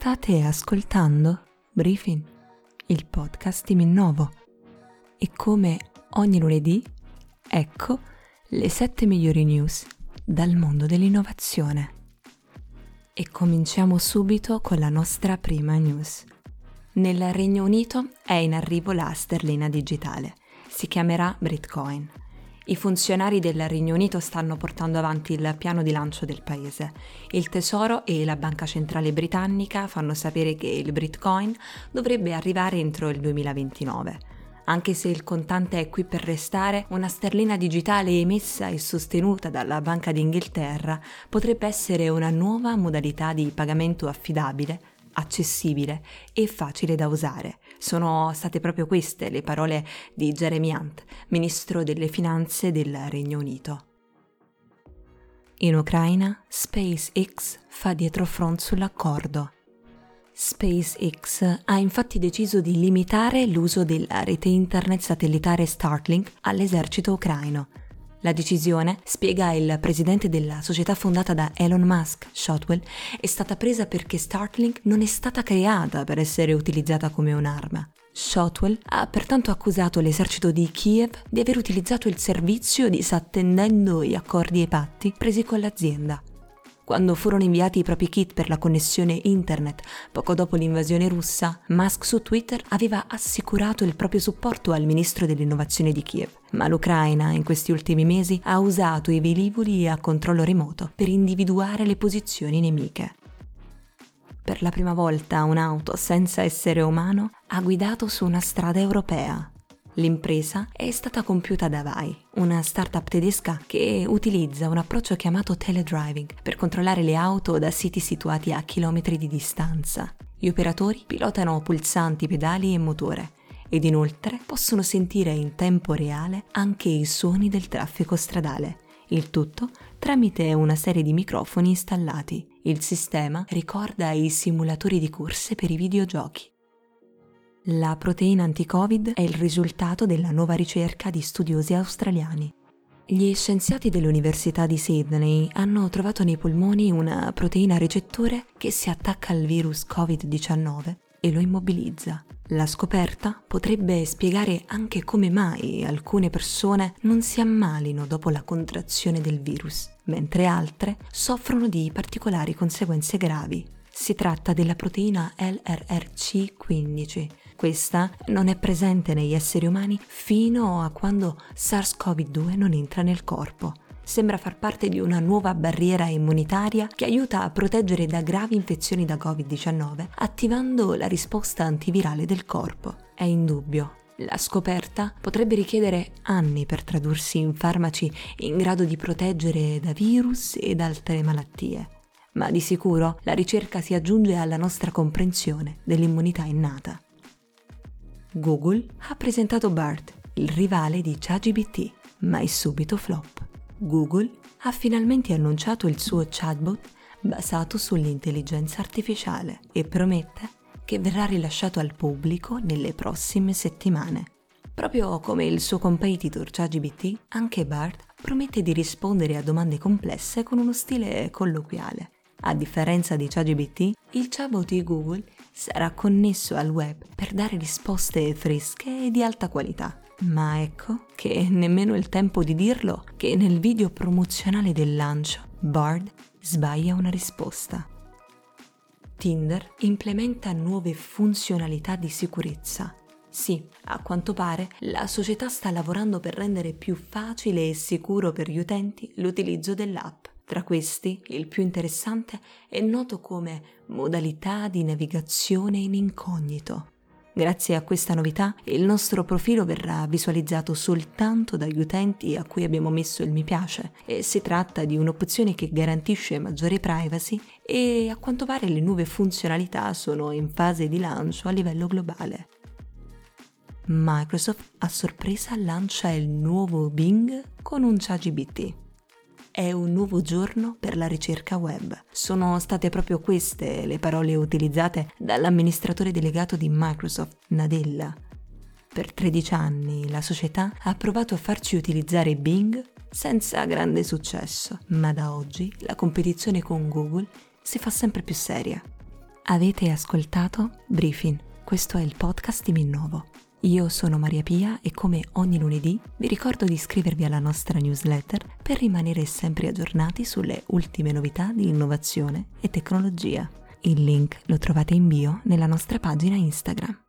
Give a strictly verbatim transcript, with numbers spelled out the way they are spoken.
State ascoltando Briefing, il podcast di Minnovo. E come ogni lunedì, ecco le sette migliori news dal mondo dell'innovazione. E cominciamo subito con la nostra prima news. Nel Regno Unito è in arrivo la sterlina digitale. Si chiamerà Britcoin. I funzionari del Regno Unito stanno portando avanti il piano di lancio del paese. Il Tesoro e la Banca Centrale Britannica fanno sapere che il Britcoin dovrebbe arrivare entro il duemilaventinove. Anche se il contante è qui per restare, una sterlina digitale emessa e sostenuta dalla Banca d'Inghilterra potrebbe essere una nuova modalità di pagamento affidabile, accessibile e facile da usare. Sono state proprio queste le parole di Jeremy Hunt, ministro delle finanze del Regno Unito. In Ucraina, SpaceX fa dietrofront sull'accordo. SpaceX ha infatti deciso di limitare l'uso della rete internet satellitare Starlink all'esercito ucraino. La decisione, spiega il presidente della società fondata da Elon Musk, Shotwell, è stata presa perché Starlink non è stata creata per essere utilizzata come un'arma. Shotwell ha pertanto accusato l'esercito di Kiev di aver utilizzato il servizio disattendendo gli accordi e i patti presi con l'azienda. Quando furono inviati i propri kit per la connessione internet poco dopo l'invasione russa, Musk su Twitter aveva assicurato il proprio supporto al ministro dell'innovazione di Kiev. Ma l'Ucraina in questi ultimi mesi ha usato i velivoli a controllo remoto per individuare le posizioni nemiche. Per la prima volta un'auto senza essere umano ha guidato su una strada europea. L'impresa è stata compiuta da Vai, una startup tedesca che utilizza un approccio chiamato teledriving per controllare le auto da siti situati a chilometri di distanza. Gli operatori pilotano pulsanti, pedali e motore ed inoltre possono sentire in tempo reale anche i suoni del traffico stradale. Il tutto tramite una serie di microfoni installati. Il sistema ricorda i simulatori di corse per i videogiochi. La proteina anti-Covid è il risultato della nuova ricerca di studiosi australiani. Gli scienziati dell'Università di Sydney hanno trovato nei polmoni una proteina recettore che si attacca al virus covid diciannove e lo immobilizza. La scoperta potrebbe spiegare anche come mai alcune persone non si ammalino dopo la contrazione del virus, mentre altre soffrono di particolari conseguenze gravi. Si tratta della proteina L R R C quindici. Questa non è presente negli esseri umani fino a quando SARS-CoV due non entra nel corpo. Sembra far parte di una nuova barriera immunitaria che aiuta a proteggere da gravi infezioni da covid diciannove, attivando la risposta antivirale del corpo. È indubbio. La scoperta potrebbe richiedere anni per tradursi in farmaci in grado di proteggere da virus ed altre malattie. Ma di sicuro la ricerca si aggiunge alla nostra comprensione dell'immunità innata. Google ha presentato Bard, il rivale di ChatGPT, ma è subito flop. Google ha finalmente annunciato il suo chatbot basato sull'intelligenza artificiale e promette che verrà rilasciato al pubblico nelle prossime settimane. Proprio come il suo competitor ChatGPT, anche Bard promette di rispondere a domande complesse con uno stile colloquiale. A differenza di ChatGPT, il chatbot di Google sarà connesso al web per dare risposte fresche e di alta qualità. Ma ecco che nemmeno il tempo di dirlo che nel video promozionale del lancio Bard sbaglia una risposta. Tinder implementa nuove funzionalità di sicurezza. Sì, a quanto pare la società sta lavorando per rendere più facile e sicuro per gli utenti l'utilizzo dell'app. Tra questi, il più interessante è noto come modalità di navigazione in incognito. Grazie a questa novità, il nostro profilo verrà visualizzato soltanto dagli utenti a cui abbiamo messo il mi piace e si tratta di un'opzione che garantisce maggiore privacy e a quanto pare le nuove funzionalità sono in fase di lancio a livello globale. Microsoft a sorpresa lancia il nuovo Bing con un ChatGPT. È un nuovo giorno per la ricerca web. Sono state proprio queste le parole utilizzate dall'amministratore delegato di Microsoft, Nadella. Per tredici anni la società ha provato a farci utilizzare Bing senza grande successo, ma da oggi la competizione con Google si fa sempre più seria. Avete ascoltato Briefing, questo è il podcast di Minnovo. Io sono Maria Pia e come ogni lunedì vi ricordo di iscrivervi alla nostra newsletter per rimanere sempre aggiornati sulle ultime novità di innovazione e tecnologia. Il link lo trovate in bio nella nostra pagina Instagram.